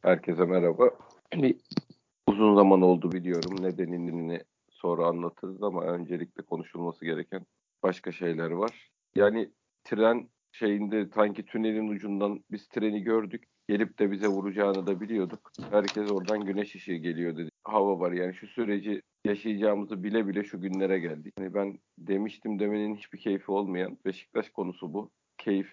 Herkese merhaba. Bir uzun zaman oldu biliyorum. Nedenini sonra anlatırız ama öncelikle konuşulması gereken başka şeyler var. Yani tren şeyinde sanki tünelin ucundan biz treni gördük. Gelip de bize vuracağını da biliyorduk. Herkes oradan güneş ışığı geliyor dedi. Hava var yani şu süreci yaşayacağımızı bile bile şu günlere geldik. Yani ben demiştim demenin hiçbir keyfi olmayan Beşiktaş konusu bu. Keyif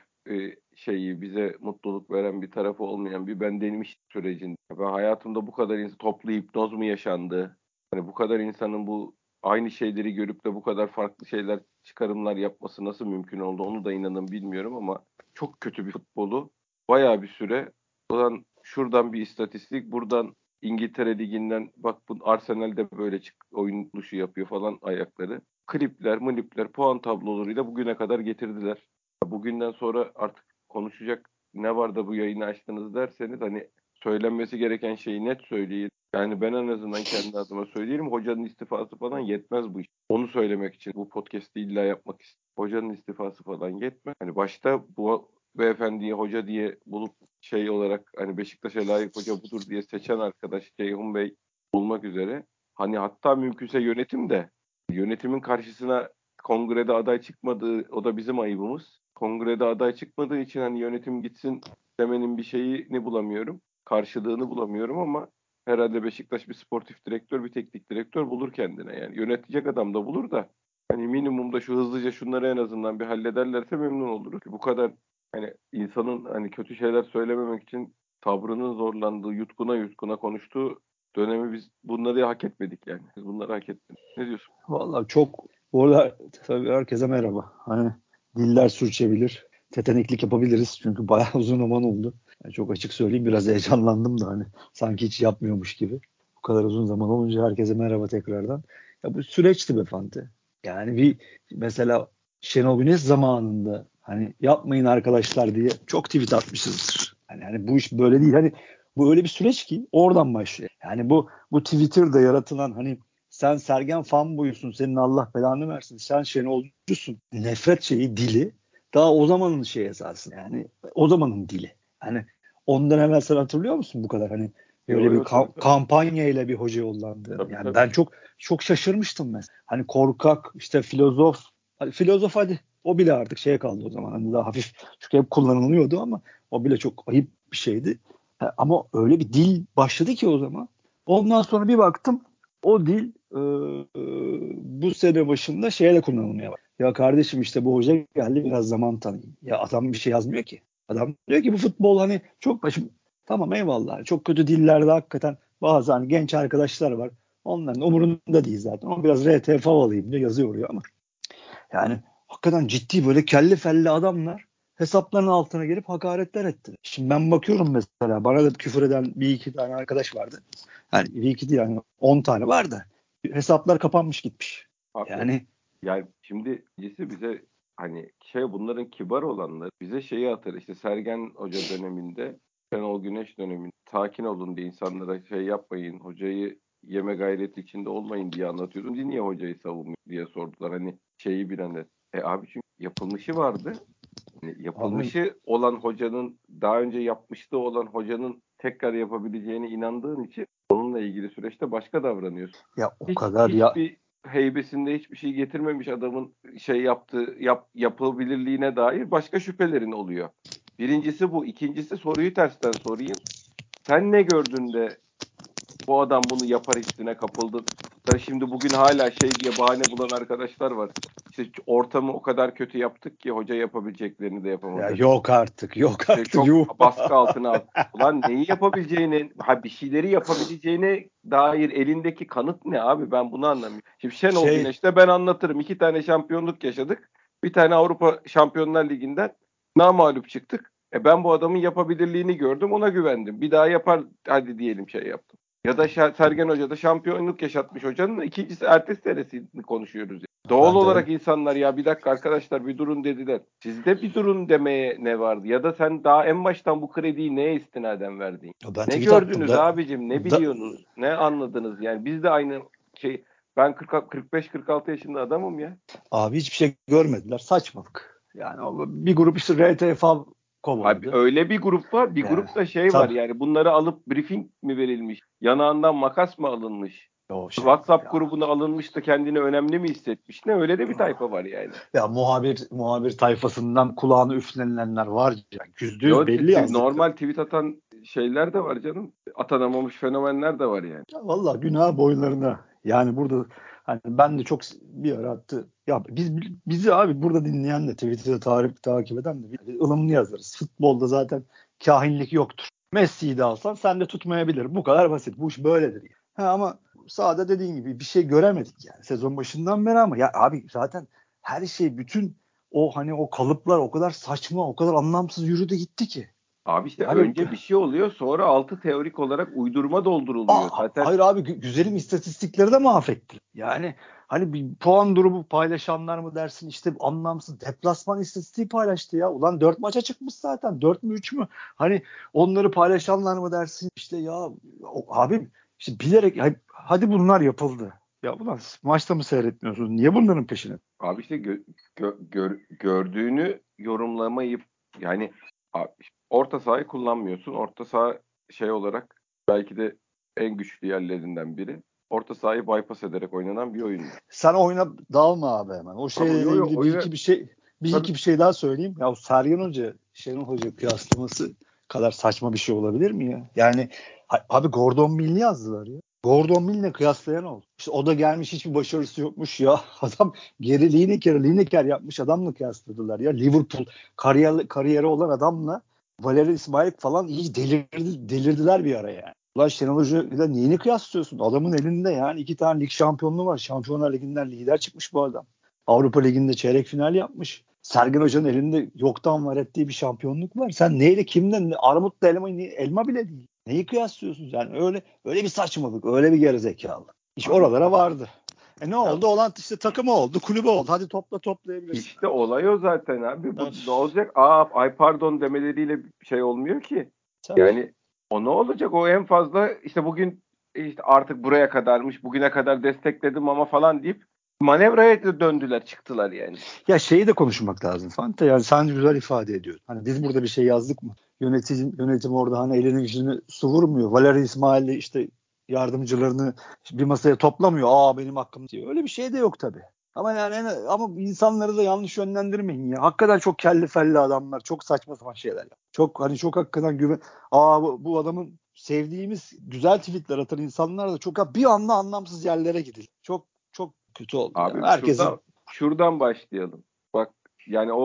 şeyi bize mutluluk veren bir tarafı olmayan bir ben denemiş sürecinde. Ben hayatımda bu kadar toplu hipnoz mu yaşandı? Hani bu kadar insanın bu aynı şeyleri görüp de bu kadar farklı şeyler çıkarımlar yapması nasıl mümkün oldu onu da inanın bilmiyorum ama çok kötü bir futbolu bayağı bir süre şuradan bir istatistik buradan İngiltere Ligi'nden bak bu Arsenal de böyle oyun dışı yapıyor falan ayakları. Klipler, puan tablolarıyla bugüne kadar getirdiler. Bugünden sonra artık konuşacak ne var da bu yayını açtınız derseniz hani söylenmesi gereken şeyi net söyleyin. Yani ben en azından kendi adıma söyleyelim. Hocanın istifası falan yetmez bu iş. Onu söylemek için bu podcast'i illa yapmak istedim. Hocanın istifası falan yetmez. Hani başta bu beyefendiyi hoca diye bulup şey olarak hani Beşiktaş'a layık hoca budur diye seçen arkadaş Ceyhun Bey olmak üzere. Hani hatta mümkünse yönetimin karşısına kongrede aday çıkmadığı o da bizim ayıbımız. Kongrede aday çıkmadığı için hani yönetim gitsin demenin bir şeyini bulamıyorum. Karşılığını bulamıyorum ama herhalde Beşiktaş bir sportif direktör, bir teknik direktör bulur kendine. Yani yönetecek adam da bulur da hani minimumda şu hızlıca şunları en azından bir hallederlerse memnun oluruz. Bu kadar hani insanın hani kötü şeyler söylememek için sabrının zorlandığı, yutkuna konuştuğu dönemi biz bunları hak etmedik yani. Biz bunları hak etmedik. Ne diyorsun? Vallahi çok bu arada tabii herkese merhaba. Hani diller sürçebilir. Teteneklik yapabiliriz. Çünkü bayağı uzun zaman oldu. Yani çok açık söyleyeyim biraz heyecanlandım da hani sanki hiç yapmıyormuş gibi. Bu kadar uzun zaman olunca herkese merhaba tekrardan. Ya bu süreçti be Fante. Yani bir mesela Şenol Güneş zamanında hani yapmayın arkadaşlar diye çok tweet atmışızdır. Hani bu iş böyle değil. Hani bu öyle bir süreç ki oradan başlıyor. Yani bu Twitter'da yaratılan hani sen Sergen fanboyusun, senin Allah belanı versin, sen Şenolcusun. Nefret şeyi, dili daha o zamanın şey esasında. Yani o zamanın dili. Hani ondan evvel sen hatırlıyor musun bu kadar hani böyle bir Tabii. kampanya ile bir hoca yollandığını. Yani Tabii. ben çok şaşırmıştım mesela. Hani korkak, işte filozof hadi o bile artık şeye kaldı o zaman. Hani daha hafif çünkü hep kullanılıyordu ama o bile çok ayıp bir şeydi. Ama öyle bir dil başladı ki o zaman. Ondan sonra bir baktım o dil bu sene başında şeye de kullanılmaya var. Ya kardeşim işte bu hoca geldi biraz zaman tanıyın. Ya adam bir şey yazmıyor ki. Adam diyor ki bu futbol hani çok başım tamam eyvallah. Çok kötü dillerde hakikaten bazı hani genç arkadaşlar var. Onların umurunda değil zaten. O biraz RTF alayım diyor yazıyor oraya ama. Yani hakikaten ciddi böyle kelli felli adamlar hesapların altına girip hakaretler etti. Şimdi ben bakıyorum mesela bana da küfür eden bir iki tane arkadaş vardı. Yani bir iki değil yani 10 tane var da hesaplar kapanmış gitmiş. Haklı. Yani Yani şimdi birincisi bize hani bunların kibar olanları bize şeyi atar işte Sergen Hoca döneminde Şenol Güneş döneminde sakin olun diye insanlara şey yapmayın hocayı yeme gayreti içinde olmayın diye anlatıyordum. Niye hocayı savunmuyor diye sordular. Hani şeyi bilenler. Abi çünkü yapılmışı vardı. Hani abi yapılmışı olan hocanın daha önce yapmışlığı olan hocanın tekrar yapabileceğine inandığın için onunla ilgili süreçte başka davranıyorsun. ya o kadar ya Hiçbir heybesinde hiçbir şey getirmemiş adamın yapılabilirliğine dair başka şüphelerin oluyor. Birincisi bu. İkincisi soruyu tersten sorayım. Sen ne gördün de bu adam bunu yapar hissine kapıldı da şimdi bugün hala şey diye bahane bulan arkadaşlar var. İşte ortamı o kadar kötü yaptık ki hoca yapabileceklerini de ya yapamadı. yok artık yok İşte artık yuh. çok baskı altına al. Ulan neyi yapabileceğini, bir şeyleri yapabileceğine dair elindeki kanıt ne abi? Ben bunu anlamıyorum. Şimdi Şenol Şey Güneş'te ben anlatırım. 2 tane şampiyonluk yaşadık. Bir tane Avrupa Şampiyonlar Ligi'nden namağlup çıktık. Ben bu adamın yapabilirliğini gördüm, ona güvendim. Bir daha yapar hadi diyelim şey yaptım. Ya da Sergen Hoca da şampiyonluk yaşatmış hocanın ikincisi ertesi senesini konuşuyoruz. Doğal ben de olarak insanlar ya bir dakika arkadaşlar bir durun dediler. Sizde bir durun demeye ne vardı? Ya da sen daha en baştan bu krediyi neye istinaden verdin? ben Ne tweet attım gördünüz da, abicim? Ne biliyorsunuz? Ne anladınız? Yani biz de aynı şey ben 45-46 yaşında adamım ya. abi hiçbir şey görmediler saçmalık. Yani bir grup işte RTF Abi kovaladı. öyle bir grup var. Bir Yani, grupta şey var tabii. yani bunları alıp briefing mi verilmiş? Yanağından makas mı alınmış? O şey WhatsApp ya. grubuna alınmış da kendini önemli mi hissetmiş? Ne öyle de bir tayfa var yani. Ya muhabir tayfasından kulağını üflenilenler var ya. %100 Yo, belli yazdık. normal tweet atan şeyler de var canım. Atanamamış fenomenler de var yani. Ya vallahi günah boyunlarına. Yani burada hani ben de çok bir ara attı. Ya bizi abi burada dinleyen de Twitter'da takip eden de biz ılımlı yazarız. Futbolda zaten kahinlik yoktur. Messi'yi de alsan sen de tutmayabilir. Bu kadar basit. Bu iş böyledir. Ama sahada dediğin gibi bir şey göremedik yani sezon başından beri ama ya abi zaten her şey bütün o hani o kalıplar o kadar saçma, o kadar anlamsız yürüdü gitti ki. Abi işte Yani önce bir şey oluyor, sonra altı teorik olarak uydurma dolduruluyor. Zaten hayır abi güzelim istatistikleri de mahvetti. Yani hani bir puan durumu paylaşanlar mı dersin işte anlamsız deplasman istatistiği paylaştı ya. Ulan 4 maça çıkmış zaten 4 mü 3 mü? Hani onları paylaşanlar mı dersin işte ya abi işte bilerek hadi bunlar yapıldı. Ya ulan maçta mı seyretmiyorsunuz? Niye bunların peşine? abi işte gördüğünü yorumlamayıp yani abi, orta sahayı kullanmıyorsun. Orta saha şey olarak belki de en güçlü yerlerinden biri. Orta sahayı bypass ederek oynanan bir oyun. Sen oyuna dalma abi hemen. O Tabii şeyle ilgili oyunu bir tabii iki bir şey daha söyleyeyim. Ya Sergen Hoca, Şenol Hoca kıyaslaması kadar saçma bir şey olabilir mi ya? Yani abi Gordon Mill'i yazdılar ya. Gordon Mill'le kıyaslayan oldu. İşte o da gelmiş hiçbir başarısı yokmuş ya. Adam geri Lineker yapmış adamla kıyasladılar ya. Liverpool kariyeri olan adamla Valerian İsmail falan iyi delirdiler bir ara yani. Ulan Şenol Hoca'yla neyini kıyaslıyorsun? Adamın elinde yani 2 tane lig şampiyonluğu var. Şampiyonlar Ligi'nden lider çıkmış bu adam. Avrupa Ligi'nde çeyrek final yapmış. Sergen Hoca'nın elinde yoktan var ettiği bir şampiyonluk var. Sen neyle kimden armutla elma bile değil. Neyi kıyaslıyorsunuz? Yani öyle bir saçmalık, öyle bir gerizekalı. İş abi oralara vardı. Ne ya oldu? Olan işte takımı oldu, kulübü oldu. Hadi toplayabilirsin. işte olay o zaten abi. Bu ne Öf, olacak? Ay pardon demeleriyle bir şey olmuyor ki. tabii. Yani o ne olacak? O en fazla işte bugün işte artık buraya kadarmış, bugüne kadar destekledim ama falan deyip manevraya döndüler, çıktılar yani. Ya şeyi de konuşmak lazım Fante. Yani sen güzel ifade ediyorsun. Hani biz burada bir şey yazdık mı? Yönetim orada hani elini yüzünü su vurmuyor. Valeri İsmail'i işte yardımcılarını bir masaya toplamıyor. Benim hakkım diyor. Öyle bir şey de yok tabii. Ama ama insanları da yanlış yönlendirmeyin ya. Hakikaten çok kelli felli adamlar. Çok saçma sapan şeyler. Çok hakikaten bu adamın sevdiğimiz güzel tweetler atan insanlar da çok bir anda anlamsız yerlere gidildi. Çok kötü oldu ya. Abi Herkesin şuradan başlayalım. Bak yani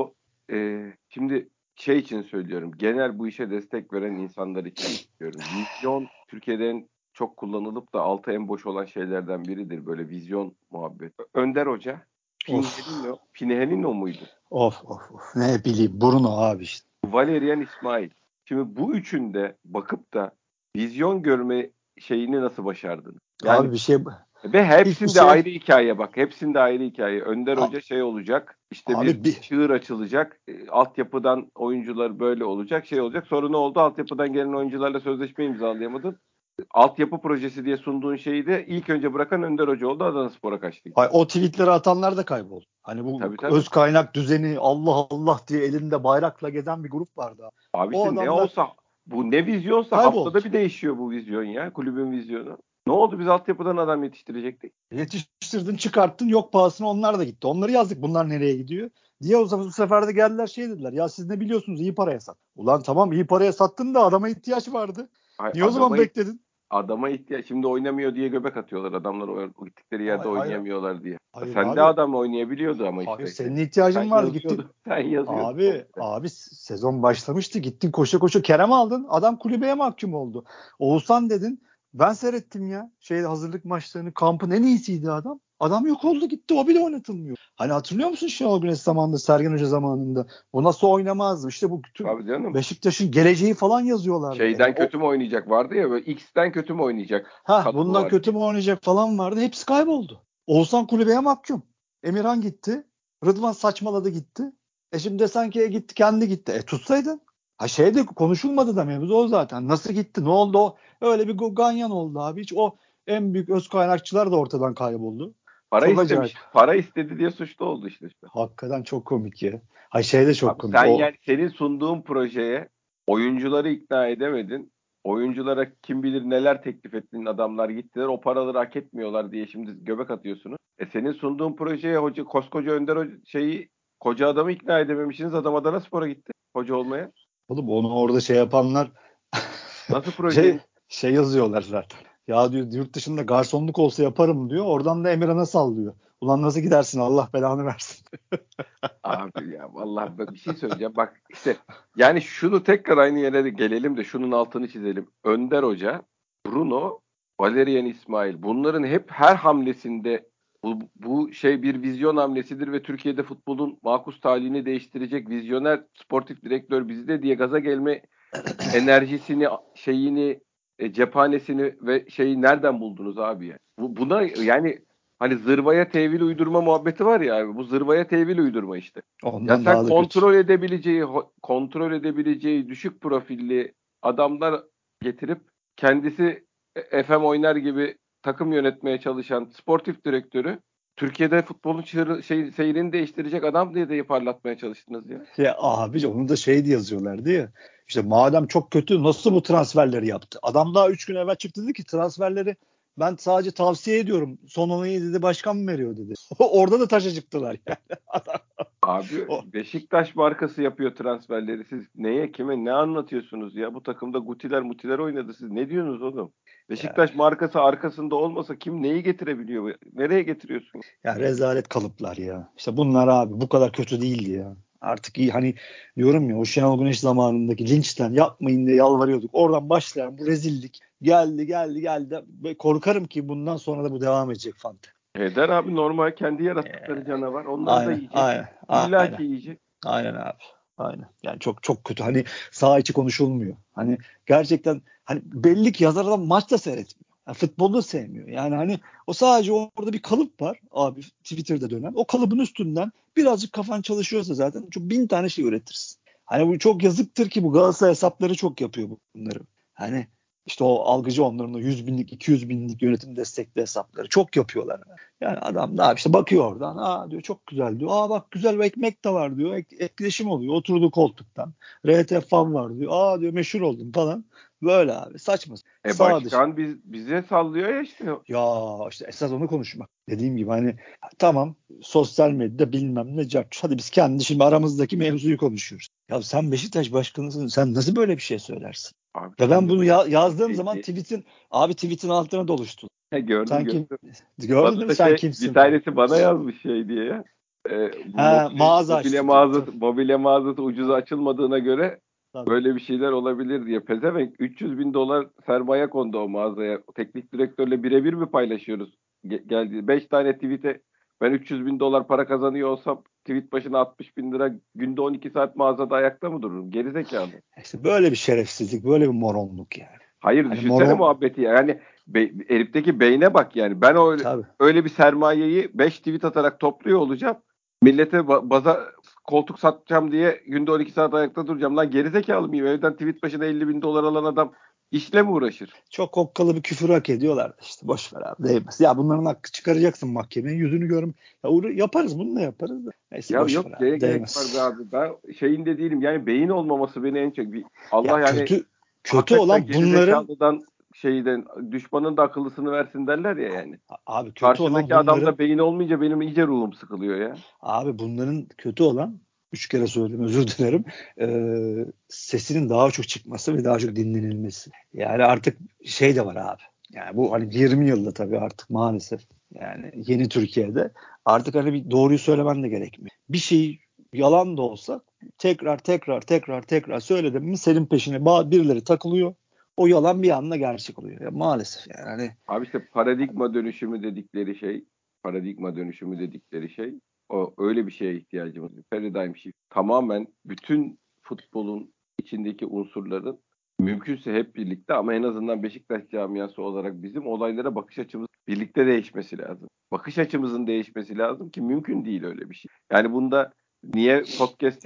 şimdi şey için söylüyorum. Genel bu işe destek veren insanlar için diyorum. Vizyon Türkiye'den çok kullanılıp da altı en boş olan şeylerden biridir. Böyle vizyon muhabbet. Önder Hoca, of. Pinhelino muydu? Of. Ne bileyim Bruno abi işte. Valerian İsmail. Şimdi bu üçünde bakıp da vizyon görme şeyini nasıl başardın? Yani Abi bir şey ve hiçbir hepsinde şey ayrı hikaye bak. Hepsinde ayrı hikaye. Önder a- Hoca şey olacak. İşte bir abi bir çığır açılacak. Altyapıdan oyuncular böyle olacak. Şey olacak. Sonra ne oldu? Altyapıdan gelen oyuncularla sözleşme imzalayamadın. Altyapı projesi diye sunduğun şeyi de ilk önce bırakan Önder Hoca oldu. Adanaspor'a kaçtı. o tweetleri atanlar da kayboldu. Hani bu Tabii tabii. öz kaynak düzeni Allah Allah diye elinde bayrakla gezen bir grup vardı. Abi O işte ne adamlar olsa bu ne vizyonsa kayboldu. haftada bir değişiyor bu vizyon ya. Kulübün vizyonu. Ne oldu? Biz altyapıdan adam yetiştirecektik. Yetiştirdin çıkarttın yok pahasına onlar da gitti. Onları yazdık bunlar nereye gidiyor diye bu sefer de geldiler şey dediler. Ya siz ne biliyorsunuz iyi paraya sat. Ulan tamam iyi paraya sattın da adama ihtiyaç vardı. Ay, Niye o zaman bekledin? adama ihtiyaç. Şimdi oynamıyor diye göbek atıyorlar. Adamlar o gittikleri yerde Hayır, oynayamıyorlar diye. hayır Sen de abi. adam oynayabiliyordu ama Hayır işte. senin Sen ihtiyacın vardı gittin. yazıyordun. Sen yazıyordun Abi işte. sezon başlamıştı. Gittin koşa koşa Kerem aldın. Adam kulübeye mahkum oldu. Oğuzhan dedin. Ben seyrettim ya. Hazırlık maçlarını. Kampın en iyisiydi adam. Adam yok oldu gitti. O bile oynatılmıyor. Hani hatırlıyor musun Şenol Güneş zamanında, Sergen Hoca zamanında? O nasıl oynamazdı? İşte bu Tabii canım. Beşiktaş'ın geleceği falan yazıyorlardı. Şeyden kötü mü oynayacak vardı ya böyle X'ten kötü mü oynayacak kadro Bundan var kötü diye. mü oynayacak falan vardı. Hepsi kayboldu. Oğuzhan kulübeye mahkum. Emirhan gitti. Rıdvan saçmaladı gitti. Şimdi desen ki gitti kendi gitti. Tutsaydın. De konuşulmadı da mevzu o zaten. Nasıl gitti? Ne oldu o? Öyle bir ganyan oldu abi. Hiç o en büyük öz kaynakçılar da ortadan kayboldu. Para Çok istemiş. acayip. Para istedi diye suçlu oldu işte. Hakikaten çok komik ya. Hay şey de çok Abi komik. sen O yani senin sunduğun projeye oyuncuları ikna edemedin. Oyunculara kim bilir neler teklif ettiğin adamlar gittiler. O paraları hak etmiyorlar diye şimdi göbek atıyorsunuz. Senin sunduğun projeye koskoca Önder koca adamı ikna edememişsiniz. Adam Adanaspor'a gitti hoca olmaya. oğlum onu orada şey yapanlar Nasıl şey projeymiş? şey yazıyorlar zaten. Ya diyor yurt dışında garsonluk olsa yaparım diyor. Oradan da Emirhan'a sallıyor. Ulan nasıl gidersin Allah belanı versin. Abi ya vallahi bir şey söyleyeceğim. Bak işte yani şunu tekrar aynı yere de gelelim de şunun altını çizelim. Önder Hoca, Bruno, Valerian İsmail bunların hep her hamlesinde bu şey bir vizyon hamlesidir ve Türkiye'de futbolun makus talihini değiştirecek vizyoner sportif direktör bizde diye gaza gelme enerjisini, cephanesini ve şeyi nereden buldunuz abi ya? Buna yani hani zırvaya tevil uydurma muhabbeti var ya abi. Bu zırvaya tevil uydurma işte. Ya Ondan sen daha da kötü. kontrol edebileceği düşük profilli adamlar getirip kendisi FM oynar gibi takım yönetmeye çalışan sportif direktörü Türkiye'de futbolun seyrini değiştirecek adam diye de parlatmaya çalıştınız ya. Ya abi onu da şey diye yazıyorlardı ya. İşte madem çok kötü nasıl bu transferleri yaptı? Adam daha 3 gün evvel çıktı dedi ki transferleri ben sadece tavsiye ediyorum. Son 17 dedi başkan mı veriyor dedi. Orada da taşa çıktılar yani. Adam, Abi o, Beşiktaş markası yapıyor transferleri. Siz neye kime ne anlatıyorsunuz ya? Bu takımda mutiler oynadı. Siz ne diyorsunuz oğlum? yani, Beşiktaş markası arkasında olmasa kim neyi getirebiliyor? Nereye getiriyorsun? ya rezalet kalıplar ya. İşte bunlar abi bu kadar kötü değildi ya. Artık iyi hani diyorum ya o Şenol Güneş zamanındaki linçten yapmayın diye yalvarıyorduk. Oradan başlayan bu rezillik geldi. Ve korkarım ki bundan sonra da bu devam edecek Fante. Eder abi normal kendi yarattıkları canavar. Onları da Aynen, yiyecek. aynen, İlla aynen. ki yiyecek. Aynen abi. Aynen. Yani çok çok kötü. Hani saha içi konuşulmuyor. Hani gerçekten hani belli ki yazar adam maç da seyretmiyor. Yani futbolu da sevmiyor. Yani hani o sadece orada bir kalıp var abi Twitter'da dönen. O kalıbın üstünden birazcık kafan çalışıyorsa zaten çok 1000 tane şey üretirsin. Hani bu çok yazıktır ki bu Galatasaray hesapları çok yapıyor bunları. Hani işte o algıcı onların o 100 binlik 200 binlik yönetim destekli hesapları çok yapıyorlar. Yani adam da işte bakıyor oradan. Aa diyor çok güzel diyor. Aa bak güzel bir ekmek de var diyor. Etkileşim oluyor. Oturdu koltuktan. RT fan var diyor. Aa diyor meşhur oldum falan. Böyle abi saçma. Sağ dışı. Başkan bize sallıyor ya işte. Ya işte esas onu konuşmak. Dediğim gibi hani tamam sosyal medyada bilmem ne cart. Hadi biz kendi şimdi aramızdaki mevzuyu konuşuyoruz. Ya sen Beşiktaş başkanısın. Sen nasıl böyle bir şey söylersin? Abi Ve ben kendi bunu başına yazdığım zaman şeydi. tweet'in altına doluştu. Gördüm Sen kim? gördüm. Gördün Bana değil mi? da Sen bir kimsin falan. tanesi bana yazmış şey diye ya. Bu Ha mağaza açtı diye. mobilya mağazası ucuza Tabii, açılmadığına göre tabii. böyle bir şeyler olabilir diye. Pezevenk 300 bin dolar sermaye kondu o mağazaya. Teknik direktörle birebir mi paylaşıyoruz? Geldi 5 tane tweet'e ben 300 bin dolar para kazanıyor olsam tweet başına 60 bin lira günde 12 saat mağazada ayakta mı dururum? Gerizekalı. İşte böyle bir şerefsizlik, böyle bir moronluk yani. Hayır Hani düşünsene moron muhabbeti ya. Yani herifteki beyne bak yani. Ben tabii. öyle bir sermayeyi 5 tweet atarak topluyor olacağım. Millete koltuk satacağım diye günde 12 saat ayakta duracağım. Lan gerizekalı mıyım? Evden tweet başına 50 bin dolar alan adam işle mi uğraşır? Çok okkalı bir küfür hak ediyorlar. İşte boş ver abi değmez. Ya bunların hakkı çıkaracaksın mahkemeye yüzünü görüm. Ya yaparız bunu da yaparız da. Neyse Ya boş ver yok neye abi gerek var be değmez. abi. Ben şeyinde değilim. Yani beyin olmaması beni en çok. Allah Ya yani kötü hakikaten olan bunların gerizekalıdan düşmanın da akıllısını versin derler ya yani. abi kötü olan Karşındaki bunların adamda beyin olmayınca benim iyice ruhum sıkılıyor ya. abi bunların kötü olan 3 kere söyledim özür dilerim. Sesinin daha çok çıkması ve daha çok dinlenilmesi. Yani artık şey de var abi. Yani bu hani 20 yılda tabii artık maalesef yani yeni Türkiye'de artık hani bir doğruyu söylemen de gerekmiyor. Bir şey yalan da olsa tekrar söyledim mi senin peşine birileri takılıyor. O yalan bir anda gerçek oluyor. Ya maalesef yani. Hani, Abi işte paradigma dönüşümü dedikleri şey o öyle bir şeye ihtiyacımız var. Paradigm shift. Tamamen bütün futbolun içindeki unsurların mümkünse hep birlikte ama en azından Beşiktaş camiası olarak bizim olaylara bakış açımız birlikte değişmesi lazım. Bakış açımızın değişmesi lazım ki mümkün değil öyle bir şey. Yani bunda niye podcast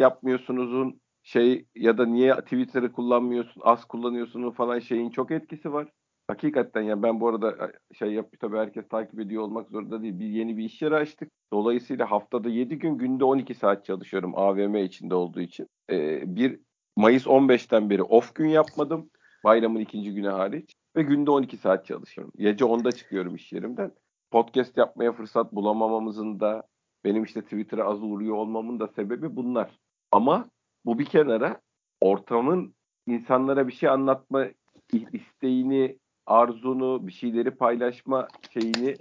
yapmıyorsunuzun ya da niye Twitter'ı kullanmıyorsun, az kullanıyorsunuz falan şeyin çok etkisi var. Hakikaten ya, ben bu arada şey yapmış, tabii herkes takip ediyor olmak zorunda değil. Yeni bir iş yeri açtık. Dolayısıyla haftada 7 gün, günde 12 saat çalışıyorum AVM içinde olduğu için. Bir Mayıs 15'ten beri off gün yapmadım. Bayramın ikinci günü hariç. Ve günde 12 saat çalışıyorum. Gece 10'da çıkıyorum iş yerimden. Podcast yapmaya fırsat bulamamamızın da, benim işte Twitter'a az uğruyor olmamın da sebebi bunlar. Ama bu bir kenara, ortamın insanlara bir şey anlatma isteğini, arzunu, bir şeyleri paylaşma şeyini,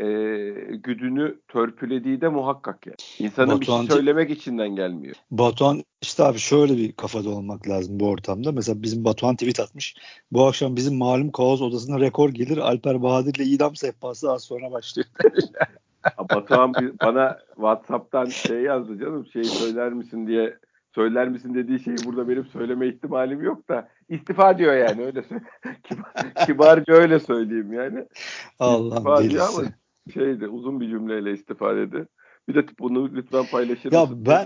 güdünü törpülediği de muhakkak yani. İnsanın bir şey Batuhan, söylemek içinden gelmiyor. Batuhan işte abi şöyle bir kafada olmak lazım bu ortamda. Mesela bizim Batuhan tweet atmış. Bu akşam bizim malum kaos odasına rekor gelir. Alper Bahadır ile idam sehpası az sonra başlıyor. Batuhan bana WhatsApp'tan şey yazdı canım, şey söyler misin diye. Söyler misin dediği şeyi burada benim söyleme ihtimalim yok da istifa diyor yani, öyle kibarca öyle söyleyeyim yani. Allah'ın İstifa diyor delisi. ama şeydi, uzun bir cümleyle istifa dedi. Bir de bunu lütfen paylaşır Ya mısın diye. ben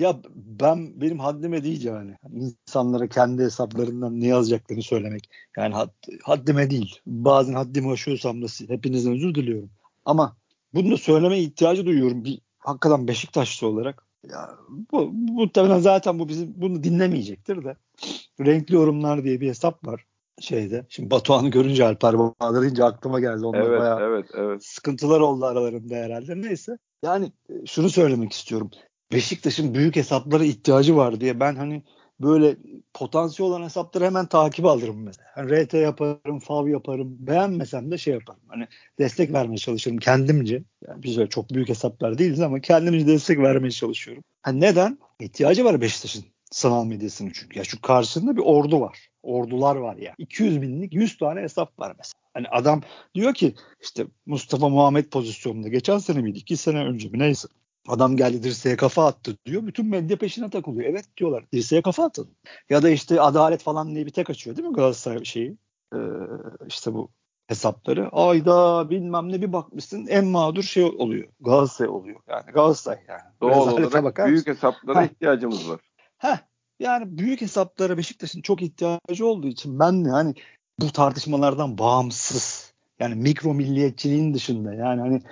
benim haddime değil yani. İnsanlara kendi hesaplarından ne yazacaklarını söylemek. Yani haddime değil. Bazen haddimi aşıyorsam da hepinizden özür diliyorum. Ama bunu da söylemeye ihtiyacı duyuyorum. Hakikaten Beşiktaşlı olarak. Ya bu muhtemelen zaten bu bunu dinlemeyecektir de. Renkli Yorumlar diye bir hesap var şeyde. Şimdi Batuhan'ı görünce, Alper Bahadır deyince aklıma geldi. Onlar Evet, bayağı evet, evet. sıkıntılar oldu aralarında herhalde. Neyse. Yani şunu söylemek istiyorum. Beşiktaş'ın büyük hesaplara ihtiyacı var diye ben hani böyle potansiyel olan hesapları hemen takip alırım mesela. Hani RT yaparım, fav yaparım. Beğenmesem de şey yaparım. Hani destek vermeye çalışırım kendimce. Yani biz öyle çok büyük hesaplar değiliz ama kendimce destek vermeye çalışıyorum. Hani neden? İhtiyacı var Beşiktaş'ın sanal medyasının çünkü. Ya şu karşısında bir ordu var. Ordular var ya. 200 binlik 100 tane hesap var mesela. Hani adam diyor ki işte Mustafa Muhammed pozisyonunda geçen sene miydi? 2 sene önce mi? Neyse. Adam geldi dirseğe kafa attı diyor. Bütün medya peşine takılıyor. Evet diyorlar. Dirseğe kafa atın. Ya da işte adalet falan diye bir tek açıyor değil mi Galatasaray şeyi? Ee, işte bu hesapları. Ayda bilmem ne bir bakmışsın en mağdur şey oluyor. Galatasaray oluyor. Yani Galatasaray yani. Doğal Rezalete olarak bakar büyük mısın? hesaplara Heh, ihtiyacımız var. heh. Yani büyük hesaplara Beşiktaş'ın çok ihtiyacı olduğu için ben de hani bu tartışmalardan bağımsız, yani mikro milliyetçiliğin dışında, yani hani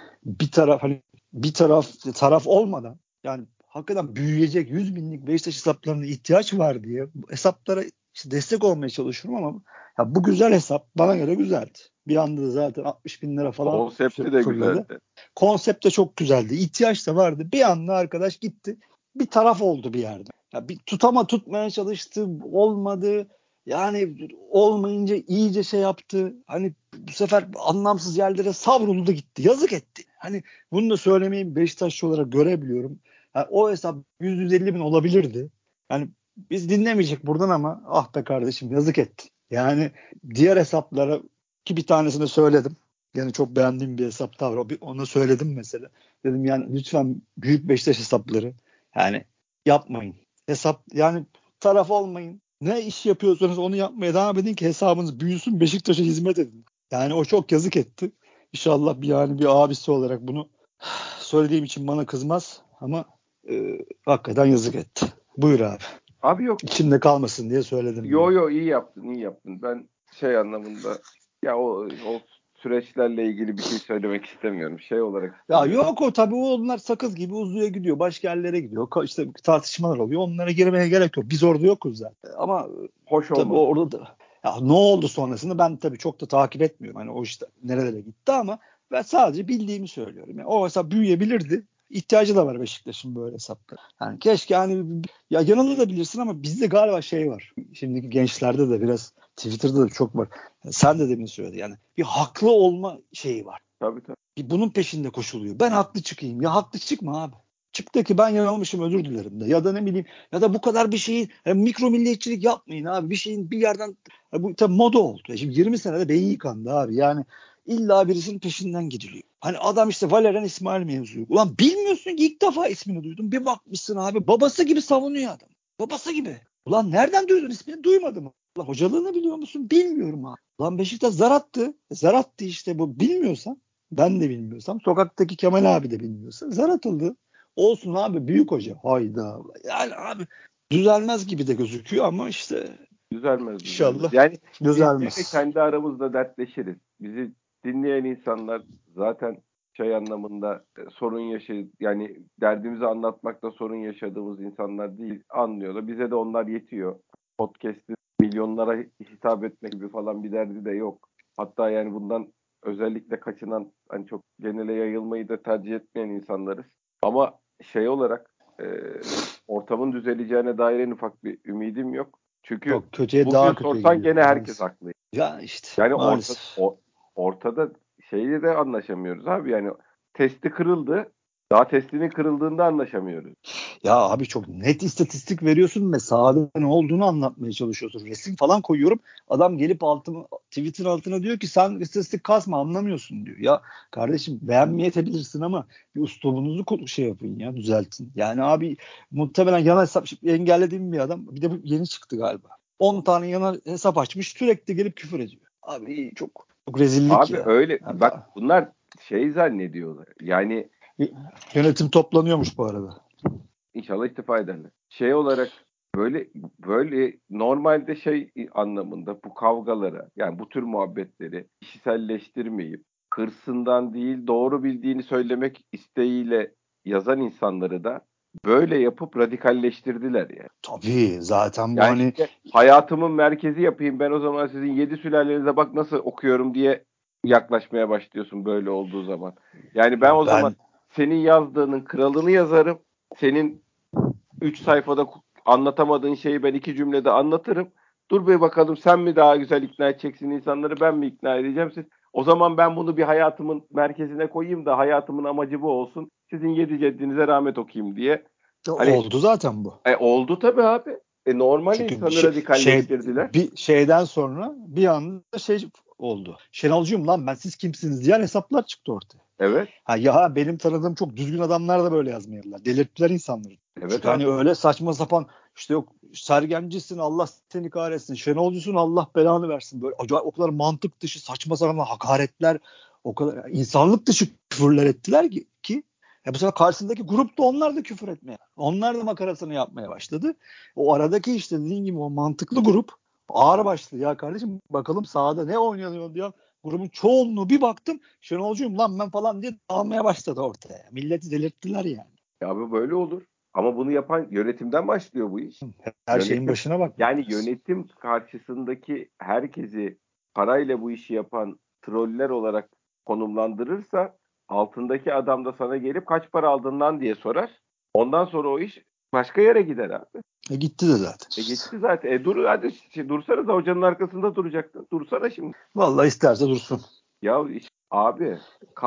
bir taraf olmadan, yani hakikaten büyüyecek 100 binlik Beşiktaş hesaplarına ihtiyaç var diye bu hesaplara işte destek olmaya çalışıyorum ama ya bu güzel hesap bana göre güzeldi. Bir anda da zaten 60 bin lira falan Konsepti de fırladı. güzeldi. Konsept de çok güzeldi. İhtiyaç da vardı. Bir anda arkadaş gitti. Bir taraf oldu bir yerde. Ya bir tutmaya çalıştı, olmadı. Yani olmayınca iyice şey yaptı. Hani bu sefer anlamsız yerlere savruldu gitti. Yazık etti. Hani bunu da söylemeyi Beşiktaşlı olarak görebiliyorum. Yani o hesap 100-150 bin olabilirdi. Yani biz dinlemeyecek buradan ama ah be kardeşim yazık etti. Yani diğer hesaplara, ki bir tanesini söyledim. Yani çok beğendiğim bir hesap daha var. Onu söyledim mesela. Dedim yani lütfen büyük Beşiktaş hesapları yani yapmayın. Hesap yani taraf olmayın. Ne iş yapıyorsanız onu yapmaya devam edin ki hesabınız büyüsün, Beşiktaş'a hizmet edin. Yani o çok yazık etti. İnşallah bir abisi olarak bunu söylediğim için bana kızmaz ama hakikaten yazık etti. Buyur abi. Abi yok. İçimde kalmasın diye söyledim Yo bunu. yo, iyi yaptın, iyi yaptın. Ben şey anlamında, ya o süreçlerle ilgili bir şey söylemek istemiyorum. Şey olarak Ya istemiyorum. yok, o tabii onlar sakız gibi uzuyor gidiyor. Başka yerlere gidiyor. İşte tartışmalar oluyor. Onlara girmeye gerek yok. Biz orada yokuz zaten. Ama Hoş tabii olmadı. orada da ya ne oldu sonrasında ben tabii çok da takip etmiyorum. Hani o işte nerelere gitti ama ben sadece bildiğimi söylüyorum. Yani o hesap büyüyebilirdi. İhtiyacı da var Beşiktaş'ın böyle hesaplara. Yani keşke hani ya yanılabilirsin ama bizde galiba şey var. Şimdiki gençlerde de biraz Twitter'da da çok var. Sen de demin söyledin yani. Bir haklı olma şeyi var. Tabii, tabii. Bunun peşinde koşuluyor. Ben haklı çıkayım. Ya haklı çıkma abi. Çık de ki ben yanılmışım, özür dilerim de. Ya da ne bileyim, ya da bu kadar bir şeyi mikro milliyetçilik yapmayın abi. Bir şeyin bir yerden bu tabii moda oldu. Şimdi 20 senede beyin yıkandı abi. Yani illa birisinin peşinden gidiliyor. Hani adam işte Valerian İsmail mevzuyu. Ulan bilmiyorsun ki, ilk defa ismini duydum. Bir bakmışsın abi babası gibi savunuyor adam. Babası gibi. Ulan nereden duydun ismini? Duymadım. Ulan hocalığını biliyor musun? Bilmiyorum abi. Ulan Beşiktaş zar attı. Zar attı işte bu. Bilmiyorsan, ben de bilmiyorsam, sokaktaki Kemal abi de bilmiyorsa zar atıldı. Olsun abi, büyük hoca. Hayda. Yani abi düzelmez gibi de gözüküyor ama işte Düzelmez. İnşallah Yani düzelmez. biz kendi aramızda dertleşiriz. Bizi dinleyen insanlar zaten şey anlamında yani derdimizi anlatmakta sorun yaşadığımız insanlar değil, anlıyorlar. Bize de onlar yetiyor. Podcast'in milyonlara hitap etmek gibi falan bir derdi de yok. Hatta yani bundan özellikle kaçınan, hani çok genele yayılmayı da tercih etmeyen insanlarız. Ama şey olarak ortamın düzeleceğine dair en ufak bir ümidim yok. Çünkü Çok kötüye bugün daha kötüye sorsan gidiyor. gene herkes Maalesef. haklı. Ya işte Yani maalesef. ortada şeyle de anlaşamıyoruz abi. Yani testi kırıldı. Daha testinin kırıldığında anlaşamıyoruz. Ya abi çok net istatistik veriyorsun ve sahada ne olduğunu anlatmaya çalışıyorsun. Resim falan koyuyorum. Adam gelip Twitter altına diyor ki sen istatistik kasma, anlamıyorsun diyor. Ya kardeşim, beğenmeyebilirsin ama bir uslubunuzu şey yapın ya, düzeltin. Yani abi muhtemelen yan hesap engellediğim bir adam, bir de bu yeni çıktı galiba. 10 tane yan hesap açmış, sürekli gelip küfür ediyor. Abi çok rezillik Abi ya. öyle Yani bak, bunlar şey zannediyorlar. Yani yönetim toplanıyormuş bu arada. inşallah istifa ederler. Şey olarak böyle normalde şey anlamında bu kavgalara, yani bu tür muhabbetleri kişiselleştirmeyip hırsından değil doğru bildiğini söylemek isteğiyle yazan insanları da böyle yapıp radikalleştirdiler yani. Tabii zaten bu Yani hani işte hayatımın merkezi yapayım ben, o zaman sizin 7 sülalenize bak nasıl okuyorum diye yaklaşmaya başlıyorsun böyle olduğu zaman. Yani ben o zaman ben senin yazdığının kralını yazarım. Senin 3 sayfada anlatamadığın şeyi ben 2 cümlede anlatırım. Dur bir bakalım, sen mi daha güzel ikna edeceksin insanları, ben mi ikna edeceğim siz? O zaman ben bunu bir hayatımın merkezine koyayım da hayatımın amacı bu olsun. Sizin 7 ceddinize rahmet okuyayım diye. Hani oldu zaten bu. oldu tabii abi. Normal Çünkü insanı radikalleştirdiler. bir şeyden sonra bir anda şey oldu. Şenolcuyum lan ben, siz kimsiniz diyen hesaplar çıktı ortaya. Evet. Ha ya, benim tanıdığım çok düzgün adamlar da böyle yazmıyorlar. Delirttiler insanları. Evet Çünkü hani abi. öyle saçma sapan işte, yok sergencisin Allah seni kahretsin, Şenolcusun Allah belanı versin, böyle acayip o kadar mantık dışı saçma sapan hakaretler, o kadar insanlık dışı küfürler ettiler ki bu sefer karşısındaki grup da onlar da küfür etmeye. Onlar da makarasını yapmaya başladı. O aradaki işte dediğin gibi o mantıklı grup ağır başlı, ya kardeşim bakalım sahada ne oynanıyor diyor. Grubun çoğunluğu bir baktım Şenolcuyum lan ben falan diye dağılmaya başladı ortaya. Milleti delirttiler yani. Ya abi böyle olur. Ama bunu yapan yönetimden başlıyor bu iş. Her şeyin Yönetim, başına bakmak yani lazım. yönetim karşısındaki herkesi parayla bu işi yapan troller olarak konumlandırırsa, altındaki adam da sana gelip kaç para aldın lan diye sorar. Ondan sonra o iş başka yere gider abi. Gitti de zaten işte. Gitti zaten. Dur hadi, dursana da hocanın arkasında duracaktın. Dursana şimdi. Vallahi isterse dursun. Ya abi,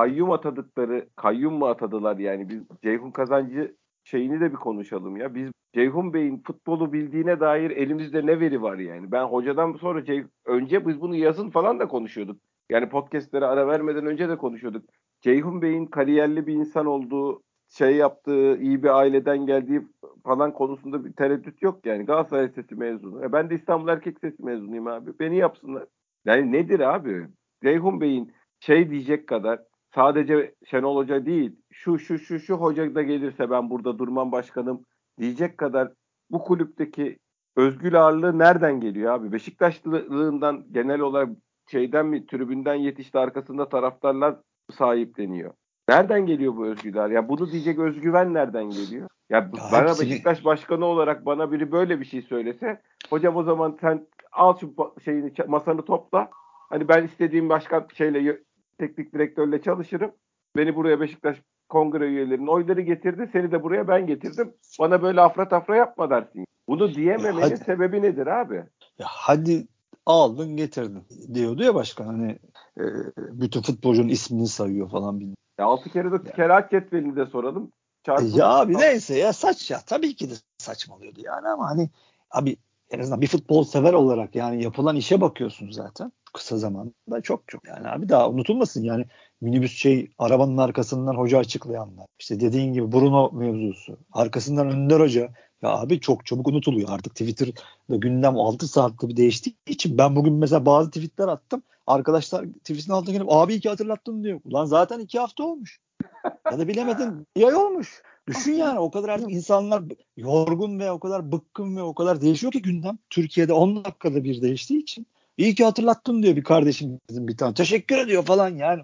kayyum mu atadılar yani? Biz Ceyhun Kazancı şeyini de bir konuşalım ya. Biz Ceyhun Bey'in futbolu bildiğine dair elimizde ne veri var yani? Ben hocadan sonra önce biz bunu yazın falan da konuşuyorduk. Yani podcastlere ara vermeden önce de konuşuyorduk. Ceyhun Bey'in kariyerli bir insan olduğu, şey yaptığı, iyi bir aileden geldiği falan konusunda bir tereddüt yok yani. Galatasaray Lisesi mezunu. Ben de İstanbul Erkek Lisesi mezunuyum abi. Beni yapsınlar. Yani nedir abi? Ceyhun Bey'in şey diyecek kadar, sadece Şenol Hoca değil, şu hoca da gelirse ben burada durmam başkanım diyecek kadar bu kulüpteki özgür ağırlığı nereden geliyor abi? Beşiktaşlılığından, genel olarak şeyden mi, tribünden yetişti, arkasında taraftarlar sahipleniyor. Nereden geliyor bu özgürler? Ya bunu diyecek özgüven nereden geliyor? Ya Ya bana hepsini Beşiktaş başkanı olarak bana biri böyle bir şey söylese, hocam o zaman sen al şu şeyini, masanı topla. Hani ben istediğim başkan teknik direktörle çalışırım. Beni buraya Beşiktaş kongre üyelerinin oyları getirdi. Seni de buraya ben getirdim. Bana böyle afra tafra yapma dersin. Bunu ya diyememenin hadi sebebi nedir abi? hadi aldın getirdin diyordu ya başkan, hani e, bütün futbolcunun ismini sayıyor falan bilmem. 6 kere de Yani, kerahat cetvelini de soralım. Çarpı ya abi neyse ya, ya tabii ki de saçmalıyordu yani, ama hani abi en azından bir futbol sever olarak yani yapılan işe bakıyorsun zaten kısa zamanda, çok yani abi, daha unutulmasın yani, minibüs arabanın arkasından hoca açıklayanlar, işte dediğin gibi Bruno mevzusu, arkasından Önder Hoca, ya abi çok çabuk unutuluyor artık. Twitter'da gündem 6 saatte bir değiştiği için ben bugün mesela bazı tweetler attım, arkadaşlar tweetin altına gelip abi 2 hatırlattın diyor. Ulan zaten 2 hafta olmuş ya da bilemedin bir ay olmuş. Düşün yani o kadar artık insanlar yorgun ve o kadar bıkkın ve o kadar değişiyor ki gündem. Türkiye'de 10 dakikada bir değiştiği için. İyi ki hatırlattın diyor bir kardeşimizin bir tane. Teşekkür ediyor falan yani.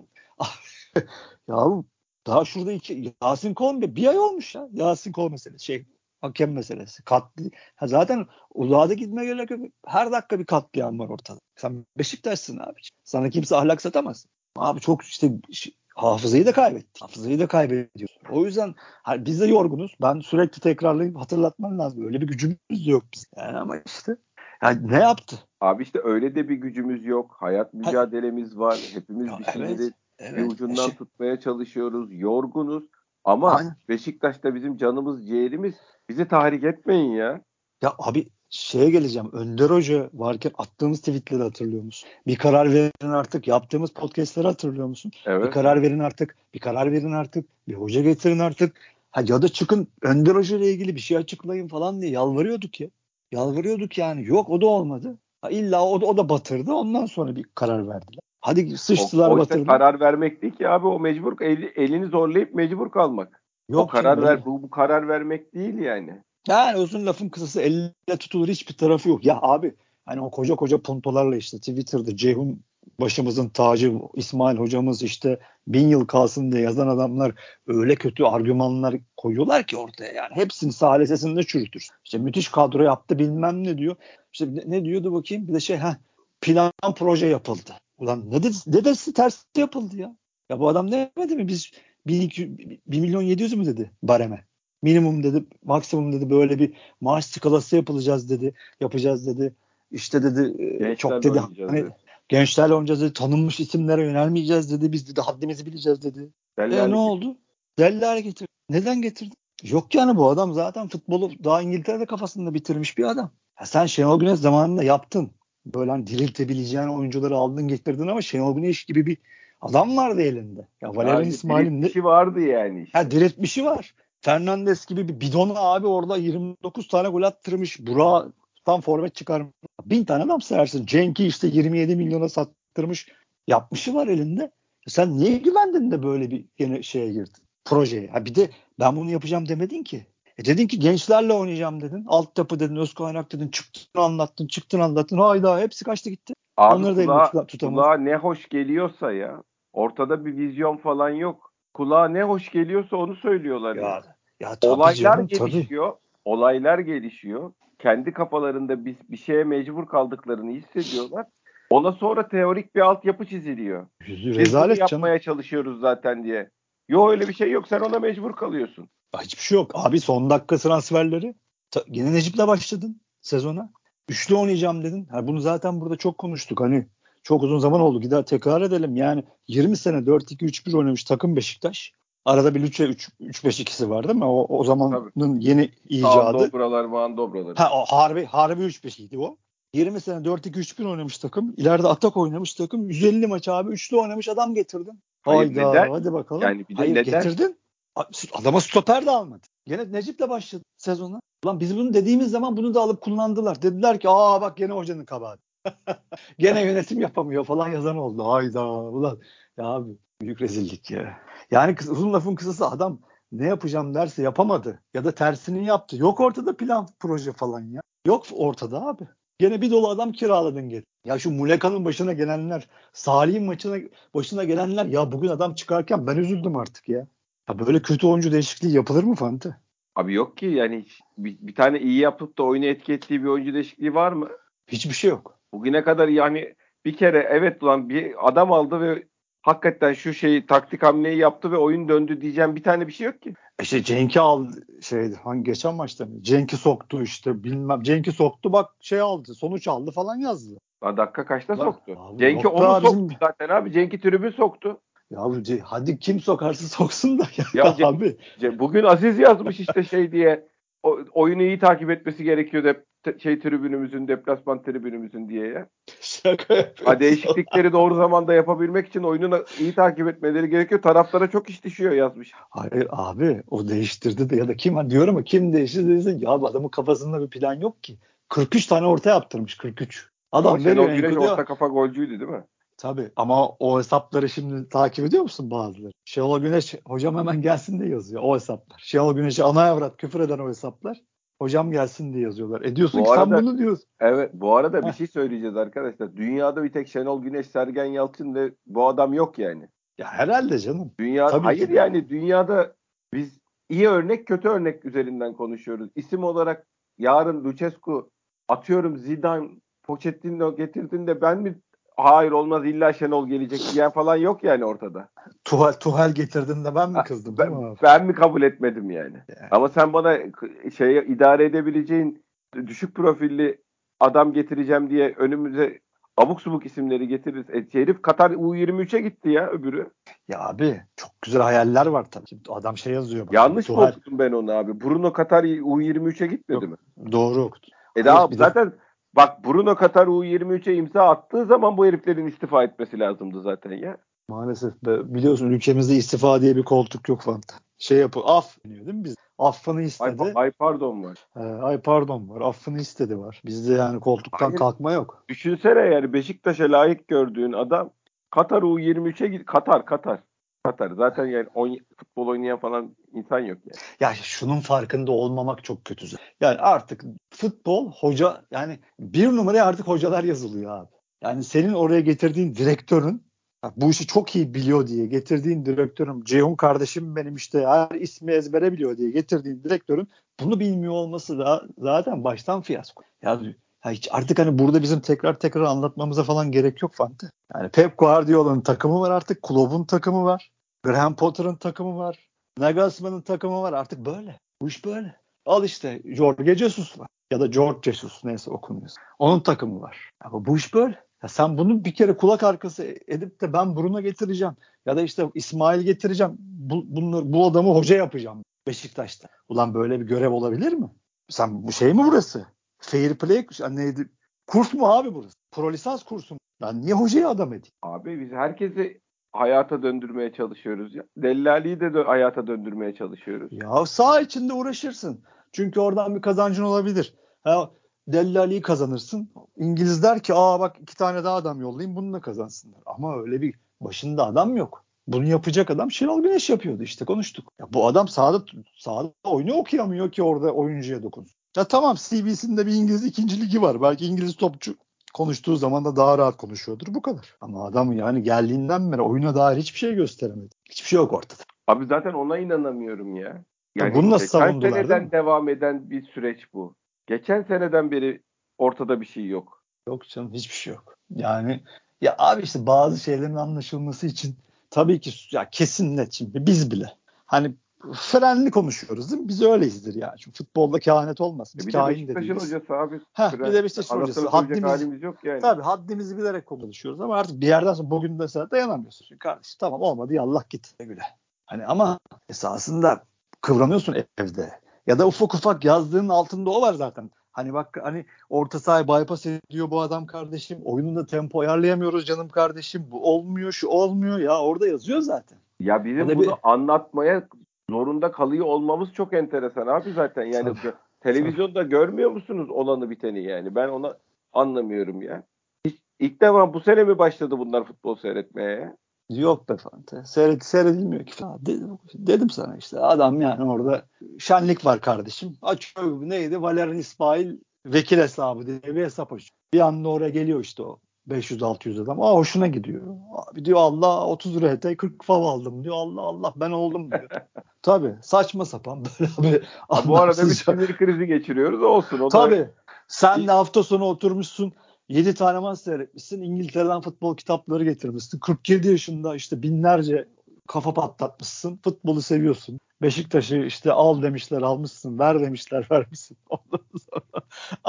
Ya daha şurada Yasin Kol bir ay olmuş ya. Yasin Kol meselesi. Hakem meselesi. Zaten uzağa da gitmeye gerek yok. Her dakika bir katliam var ortada. Sen Beşiktaş'sın abi. Sana kimse ahlak satamaz. Abi çok işte hafızayı da kaybettik. Hafızayı da kaybediyoruz. O yüzden biz de yorgunuz. Ben sürekli tekrarlayıp hatırlatmam lazım. Öyle bir gücümüz de yok biz. Yani ama işte yani ne yaptı? Abi işte öyle de bir gücümüz yok. Hayat mücadelemiz var. Hepimiz bir şeyleri bir ucundan tutmaya çalışıyoruz. Yorgunuz. Ama aynen. Beşiktaş'ta bizim canımız, ciğerimiz. Bizi tahrik etmeyin ya. Ya abi şeye geleceğim. Önder Hoca varken attığımız tweetleri hatırlıyor musun? Bir karar verin artık. Yaptığımız podcastleri hatırlıyor musun? Evet. Bir karar verin artık. Bir karar verin artık. Bir hoca getirin artık. Ya da çıkın Önder Hoca ile ilgili bir şey açıklayın falan diye yalvarıyorduk ya. Yalvarıyorduk yani. Yok o da olmadı. İlla o da batırdı. Ondan sonra bir karar verdiler. Hadi sıçtılar O işte batırdılar. karar vermek değil ki abi. O mecbur elini zorlayıp mecbur kalmak. Yok o karar canım, bu karar vermek değil yani. yani uzun lafın kısası elle tutulur hiçbir tarafı yok. Ya abi hani o koca koca puntolarla işte Twitter'da Ceyhun başımızın tacı İsmail hocamız işte 1000 yıl kalsın diye yazan adamlar öyle kötü argümanlar koyuyorlar ki ortaya yani. Hepsini sağ sesinde çürütür. İşte müthiş kadro yaptı bilmem ne diyor. İşte ne diyordu bakayım bir de plan proje yapıldı. Ulan ne dersi tersi yapıldı ya. Ya bu adam demedi mi biz 1.200.000 mü dedi bareme. Minimum dedi, maksimum dedi böyle bir maaş skalası yapacağız dedi. İşte dedi çok Gençlerle dedi oynayacağız hani dedi. gençlerle oynayacağız dedi, tanınmış isimlere yönelmeyeceğiz dedi. Biz dedi haddimizi bileceğiz dedi. Ne Dellerlik. oldu? Deliler getirdi. Neden getirdi? Yok yani bu adam zaten futbolu daha İngiltere'de kafasında bitirmiş bir adam. Ya sen Şenol Güneş zamanında yaptın. Böyle hani diriltebileceğin oyuncuları aldın getirdin ama Şenol Güneş gibi bir adam vardı elinde. Ya Valerian Yani İsmail'in bir şey vardı yani işte. diriltmişi var. Fernandes gibi bir bidonu abi orada 29 tane gol attırmış. Burak'ı tam forvet çıkarmış. 1000 tane adam sayarsın. Cenk'i işte 27 milyona sattırmış. Yapmışı var elinde. Sen niye güvendin de böyle bir yeni şeye girdin? Projeye. Bir de ben bunu yapacağım demedin ki. Dedin ki gençlerle oynayacağım dedin. Altyapı dedin, öz kaynak dedin. Çıktın anlattın. Hayda hepsi kaçtı gitti. Abi Onları da elinde tutamadın. kulağa ne hoş geliyorsa ya. Ortada bir vizyon falan yok. Kulağa ne hoş geliyorsa onu söylüyorlar ya. Ya tabii Olaylar canım tabii. gelişiyor. Olaylar gelişiyor. Kendi kafalarında bir şeye mecbur kaldıklarını hissediyorlar. Ona sonra teorik bir altyapı çiziliyor. Biz bunu Rezalet canım. yapmaya çalışıyoruz zaten diye. Yok öyle bir şey yok. Sen ona mecbur kalıyorsun. Hiçbir şey yok. Abi son dakika transferleri. Yine Necip'le başladın sezona. Üçlü oynayacağım dedin. Bunu zaten burada çok konuştuk. Hani çok uzun zaman oldu. Gider tekrar edelim. Yani 20 sene 4-2-3-1 oynamış takım Beşiktaş. Arada bir 3-5-2'si var değil mi? O Tabii. zamanın yeni Kaan icadı. Dobralar, Van Dobraları. O harbi 3-5'iydi o. 20 sene 4-2-3-1 oynamış takım. İleride atak oynamış takım. 150 maç abi üçlü oynamış adam getirdin. Hayır Hayda neden? hadi bakalım. Yani bir de Hayır neden? getirdin. Adama stoper de almadı. Gene Necip'le başladı sezona. Ulan biz bunu dediğimiz zaman bunu da alıp kullandılar. Dediler ki bak gene hocanın kabahati. Gene yönetim yapamıyor falan yazan oldu. Hayda ulan. Ya abi büyük rezillik ya. Yani uzun lafın kısası adam ne yapacağım derse yapamadı. Ya da tersini yaptı. Yok ortada plan proje falan ya. Yok ortada abi. Gene bir dolu adam kiraladın geri. Ya şu Muleka'nın başına gelenler, Salih'in başına gelenler ya bugün adam çıkarken ben üzüldüm artık ya. Ya böyle kötü oyuncu değişikliği yapılır mı Fante? Abi yok ki yani bir tane iyi yapıp da oyunu etki ettiği bir oyuncu değişikliği var mı? Hiçbir şey yok. Bugüne kadar yani bir kere evet ulan bir adam aldı ve hakikaten şu şeyi taktik hamleyi yaptı ve oyun döndü diyeceğim bir tane bir şey yok ki. İşte Cenk'i aldı hangi geçen maçta mı? Cenk'i soktu işte bilmem. Cenk'i soktu bak aldı sonuç aldı falan yazdı. Dakika kaçta Lan, soktu? abi Cenk'i yok be onu abi soktu zaten abi. Cenk'i tribün soktu. ya hadi kim sokarsa soksun da Ya abi. Bugün Aziz yazmış işte şey diye. Oyunu iyi takip etmesi gerekiyor tribünümüzün, deplasman tribünümüzün diye ya. Şaka yapıyorsun. Değişiklikleri doğru zamanda yapabilmek için oyunu iyi takip etmeleri gerekiyor. Taraftara çok iş düşüyor yazmış. Hayır abi o değiştirdi de ya da kim diyorum ama kim değiştirdi desin ya adamın kafasında bir plan yok ki. 43 tane orta yaptırmış 43. Ama Adam veriyor Şenol Güneş Enkudu'ya. orta kafa golcüydü değil mi? Tabii ama o hesapları şimdi takip ediyor musun bazıları? Şenol Güneş hocam hemen gelsin diye yazıyor o hesaplar. Şenol Güneş'e ana avrat küfür eden o hesaplar hocam gelsin diye yazıyorlar. Diyorsun Bu ki sen arada bunu diyorsun. evet, bu arada bir Heh. şey söyleyeceğiz arkadaşlar. Dünyada bir tek Şenol Güneş, Sergen Yalçın ve bu adam yok yani. Ya herhalde canım. Dünya, Tabii hayır ki de. yani dünyada biz iyi örnek kötü örnek üzerinden konuşuyoruz. İsim olarak yarın Lucescu, atıyorum Zidane, Pochettino getirdiğinde ben mi hayır olmaz illa Şenol gelecek diyen falan yok yani ortada. Tuhal getirdin de ben mi kızdım değil mi abi? Ben mi kabul etmedim yani. Yani. Ama sen bana idare edebileceğin düşük profilli adam getireceğim diye önümüze abuk subuk isimleri getiririz. Herif Katar U23'e gitti ya öbürü. Ya abi çok güzel hayaller var tabii. Şimdi adam şey yazıyor bak şimdi Yanlış mı Tuhal. okudum ben onu abi? Bruno Katar U23'e gitmedi Yok mi? doğru okudun. Hayır Daha bir de zaten bak, Bruno Katar U23'e imza attığı zaman bu heriflerin istifa etmesi lazımdı zaten ya. maalesef biliyorsun ülkemizde istifa diye bir koltuk yok falan. Şey yapıyor af deniyor değil mi biz? Affını istedi. Ay pardon var. Ay pardon var. Affını istedi var. Bizde yani koltuktan Hayır. kalkma yok. Düşünsene yani Beşiktaş'a layık gördüğün adam Katar U23'e git. Katar. Zaten yani futbol oynayan falan insan yok yani. Ya şunun farkında olmamak çok kötü. Yani artık futbol hoca yani bir numaraya artık hocalar yazılıyor abi. Yani senin oraya getirdiğin direktörün bu işi çok iyi biliyor diye getirdiğin direktörüm Ceyhun kardeşim benim işte her ismi ezbere biliyor diye getirdiğin direktörün bunu bilmiyor olması da zaten baştan fiyasko. Ya hiç artık hani burada bizim tekrar anlatmamıza falan gerek yok Fante. Yani Pep Guardiola'nın takımı var artık. Klopp'un takımı var. Graham Potter'ın takımı var. Nagelsmann'ın takımı var artık böyle. Bu iş böyle. Al işte Jorge Jesus var. Ya da George Jesus neyse okunuyor. Onun takımı var. Ama bu iş böyle. Ya sen bunu bir kere kulak arkası edip de ben Bruno getireceğim. Ya da işte İsmail getireceğim. Bu adamı hoca yapacağım Beşiktaş'ta. Ulan böyle bir görev olabilir mi? Sen bu şey mi burası? Fair play neydi? Kurs mu abi burası? Pro lisans kursu mu? Ben niye hocayı adam edeyim? Abi biz herkesi hayata döndürmeye çalışıyoruz ya. Dellali'yi de hayata döndürmeye çalışıyoruz. Ya saha içinde uğraşırsın. Çünkü oradan bir kazancın olabilir. Ha, Dellali'yi kazanırsın. İngiliz der ki bak 2 tane daha adam yollayayım bununla kazansınlar. Ama öyle bir başında adam yok. Bunu yapacak adam Şenol Güneş yapıyordu işte konuştuk. Ya bu adam sahada oyunu okuyamıyor ki orada oyuncuya dokunsun. Ya tamam CV'sinde bir İngiliz 2. ligi var. Belki İngiliz topçu konuştuğu zaman da daha rahat konuşuyordur bu kadar. Ama adam yani geldiğinden beri oyuna dair hiçbir şey gösteremedi. Hiçbir şey yok ortada. Abi zaten ona inanamıyorum ya. Yani Bunu nasıl geçen savundular değil mi? seneden devam eden bir süreç bu. Geçen seneden beri ortada bir şey yok. Yok canım hiçbir şey yok. Yani ya abi işte bazı şeylerin anlaşılması için tabii ki ya kesin net şimdi biz bile. Hani frenli konuşuyoruz değil mi? Biz öyleyizdir yani. Çünkü futbolda kehanet olmaz. Biz Bir de kahin de Beşiktaş'ın değiliz. hocası abi. Bir de Beşiktaş'ın hocası. Anasını sövecek halimiz yok yani. Tabii haddimizi bilerek konuşuyoruz ama artık bir yerden sonra bugün mesela dayanamıyorsun. Çünkü kardeşim tamam olmadı yallah git. Güle. Hani ama esasında kıvranıyorsun evde. Ya da ufak ufak yazdığının altında o var zaten. Hani bak hani orta sahayı bypass ediyor bu adam kardeşim. Oyununda tempo ayarlayamıyoruz canım kardeşim. Bu olmuyor, şu olmuyor. Ya orada yazıyor zaten. Ya Ya bizim da bir bunu anlatmaya zorunda kalıyor olmamız çok enteresan abi zaten. Yani tabii, tabii. televizyonda görmüyor musunuz olanı biteni yani? Ben onu anlamıyorum ya. İlk defa bu sene mi başladı bunlar futbol seyretmeye ya? Yok be Fante. Seyredilmiyor ki falan. Dedim sana işte adam yani orada şenlik var kardeşim. Açıyor neydi? Valerian İsmail vekil hesabı diye bir hesap açıyor. Bir anda oraya geliyor işte o 500-600 adam. Hoşuna gidiyor. Abi diyor Allah 30 RT 40 fav aldım diyor. Allah Allah ben oldum diyor. Tabii saçma sapan böyle bir Ha, bu arada bir anlamsızca. sinir krizi geçiriyoruz olsun. O da Tabii. Sen de hafta sonu oturmuşsun 7 tane maç seyretmişsin. İngiltere'den futbol kitapları getirmişsin. 47 yaşında işte binlerce kafa patlatmışsın. Futbolu seviyorsun. Beşiktaş'ı işte al demişler almışsın. Ver demişler vermişsin. Ondan sonra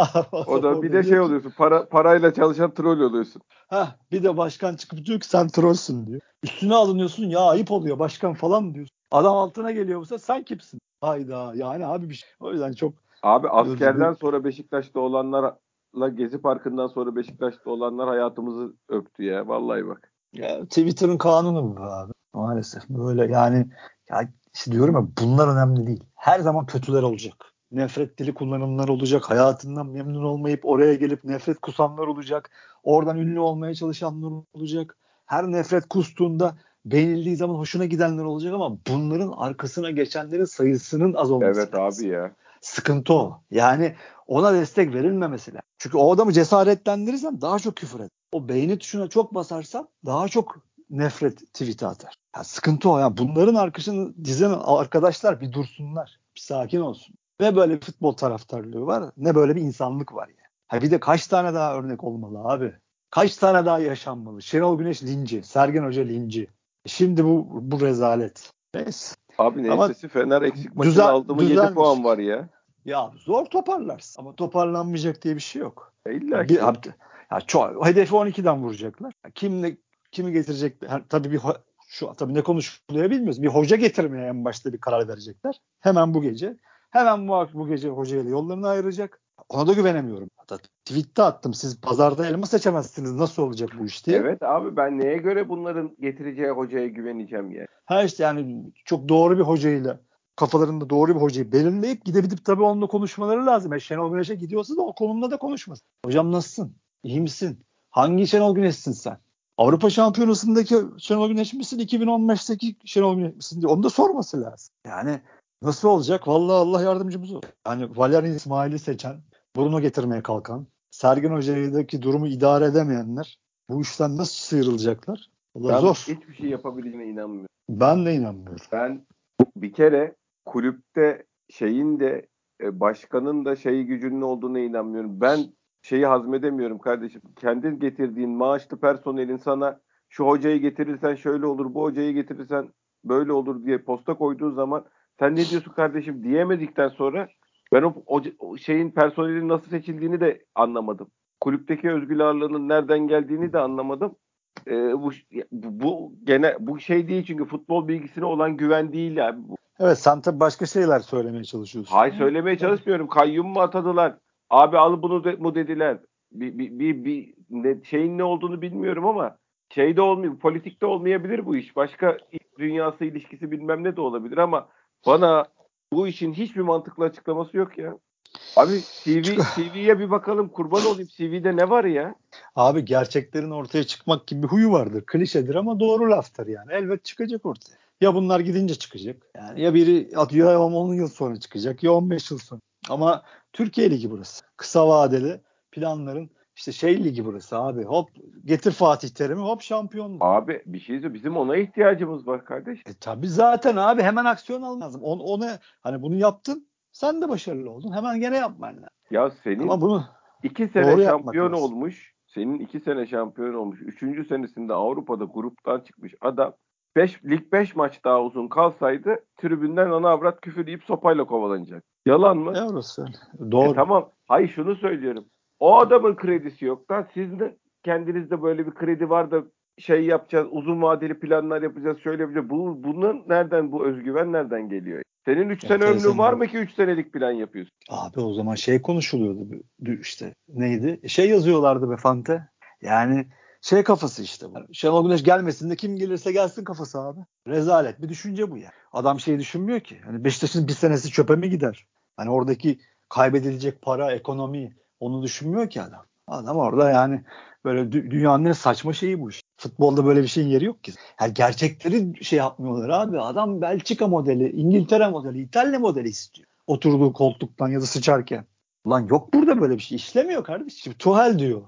o da bir orada de diyor şey ki oluyorsun. Parayla çalışan troll oluyorsun. bir de başkan çıkıp diyor ki sen trollsün diyor. Üstüne alınıyorsun ya ayıp oluyor başkan falan diyorsun. Adam altına geliyor bu sefer sen kimsin? Hayda yani abi bir şey. O yüzden çok Abi özür askerden sonra Beşiktaş'ta olanlarla Gezi Parkı'ndan sonra Beşiktaş'ta olanlar hayatımızı öptü ya. Vallahi bak. Ya Twitter'ın kanunu bu abi. Maalesef böyle yani ya işte diyorum ya bunlar önemli değil. Her zaman kötüler olacak. Nefret dili kullananlar olacak. Hayatından memnun olmayıp oraya gelip nefret kusanlar olacak. Oradan ünlü olmaya çalışanlar olacak. her nefret kustuğunda beğenildiği zaman hoşuna gidenler olacak ama bunların arkasına geçenlerin sayısının az olması Evet lazım. abi ya. Sıkıntı o. Yani ona destek verilmemesi lazım. Çünkü o adamı cesaretlendirirsen daha çok küfür eder. O beğeni tuşuna çok basarsan daha çok nefret tweet'i atar. Ya sıkıntı o. Yani bunların arkasını dizen arkadaşlar bir dursunlar. Bir sakin olsun. Ne böyle bir futbol taraftarlığı var ne böyle bir insanlık var ya. Ha bir de kaç tane daha örnek olmalı abi? Kaç tane daha yaşanmalı? Şenol Güneş linci, Sergen Hoca linci. Şimdi bu rezalet. Neyse. Abi Ama neyse Fener eksik maçını aldı mı 7 düzelmiş. puan var ya. Ya zor toparlarsın ama toparlanmayacak diye bir şey yok. İlla Ya bir ki. ya çok hedefi 12'den vuracaklar. Kimi getirecekler? Yani tabii tabii ne konuşuluyor bilmiyoruz. Bir hoca getirmeye en başta bir karar verecekler. Hemen bu gece. Hemen bu gece hocayla yollarını ayıracak. Ona da güvenemiyorum. Hatta tweet'te attım. Siz pazarda elma seçemezsiniz. Nasıl olacak bu iş diye. Evet abi ben neye göre bunların getireceği hocaya güveneceğim ya. Ha işte yani çok doğru bir hocayla kafalarında doğru bir hocayı belirleyip gidebilip tabii onunla konuşmaları lazım. Şenol Güneş'e gidiyorsa da o konumda da konuşmasın. Hocam nasılsın? İyi misin? Hangi Şenol Güneş'sin sen? Avrupa Şampiyonası'ndaki Şenol Güneş misin? 2015'teki Şenol Güneş misin diye onu da sorması lazım. Yani nasıl olacak? Vallahi Allah yardımcımız olsun. Yani Valerian İsmail'i seçen, Bruno getirmeye kalkan, Sergen Hoca'daki durumu idare edemeyenler bu işten nasıl sıyrılacaklar? Vallahi Ben zor. hiçbir şey yapabileceğine inanmıyorum. Ben de inanmıyorum. Ben bir kere kulüpte şeyin de başkanın da şeyi gücünün olduğuna inanmıyorum. Ben şeyi hazmedemiyorum kardeşim. Kendin getirdiğin maaşlı personelin sana şu hocayı getirirsen şöyle olur, bu hocayı getirirsen böyle olur diye posta koyduğu zaman sen ne diyorsun kardeşim diyemedikten sonra ben o şeyin personelin nasıl seçildiğini de anlamadım. Kulüpteki özgür ağırlığının nereden geldiğini de anlamadım. Bu gene bu şey değil çünkü futbol bilgisine olan güven değil abi. Evet sen tabii başka şeyler söylemeye çalışıyorsun. Hay söylemeye çalışmıyorum. Kayyum mu atadılar? Abi al bunu mu dediler? Şeyin ne olduğunu bilmiyorum ama şeyde olmuyor. Politikte olmayabilir bu iş. Başka dünyası ilişkisi bilmem ne de olabilir ama bana bu işin hiçbir mantıklı açıklaması yok ya. Abi CV'ye bir bakalım. Kurban olayım. CV'de ne var ya? Abi gerçeklerin ortaya çıkmak gibi bir huyu vardır. Klişedir ama doğru laftır yani. Elbet çıkacak ortaya. Ya bunlar gidince çıkacak. Yani ya biri atıyor ya 10 yıl sonra çıkacak ya 15 yıl sonra. Ama Türkiye Ligi burası. Kısa vadeli planların işte şey ligi burası abi. Hop getir Fatih Terim'i hop şampiyonluk. Abi bir şey söyleyeyim. Bizim ona ihtiyacımız var kardeş. Tabii zaten abi hemen aksiyon alman lazım. Onu hani bunu yaptın sen de başarılı oldun. Hemen gene yapman lazım. Ya Ama senin bunu 2 sene doğru yapmak şampiyon lazım. olmuş. Senin 2 sene şampiyon olmuş. 3. senesinde Avrupa'da gruptan çıkmış adam. Lig 5 maç daha uzun kalsaydı tribünden ana avrat küfür deyip sopayla kovalanacak. Yalan mı? Orası öyle. Doğru. Tamam. Hayır şunu söylüyorum. O adamın kredisi yok da siz de kendinizde böyle bir kredi var da şey yapacağız, uzun vadeli planlar yapacağız, şöyle yapacağız. Bunun nereden bu özgüven nereden geliyor? Senin 3 sene ömrün var Enteresan. mı ki 3 senelik plan yapıyorsun? Abi o zaman şey konuşuluyordu işte neydi? Şey yazıyorlardı be Fante. Yani şey kafası işte bu. Şenol Güneş gelmesin de kim gelirse gelsin kafası abi. Rezalet bir düşünce bu ya. Adam şey düşünmüyor ki. Hani Beşiktaş'ın bir senesi çöpe mi gider? Hani oradaki kaybedilecek para, ekonomi onu düşünmüyor ki adam. Adam orada yani böyle dünyanın en saçma şeyi bu iş. Futbolda böyle bir şeyin yeri yok ki. Yani gerçekleri şey yapmıyorlar abi. Adam Belçika modeli, İngiltere modeli, İtalya modeli istiyor. Oturduğu koltuktan ya da sıçarken. Ulan yok burada böyle bir şey. İşlemiyor kardeşim. Tuhal diyor.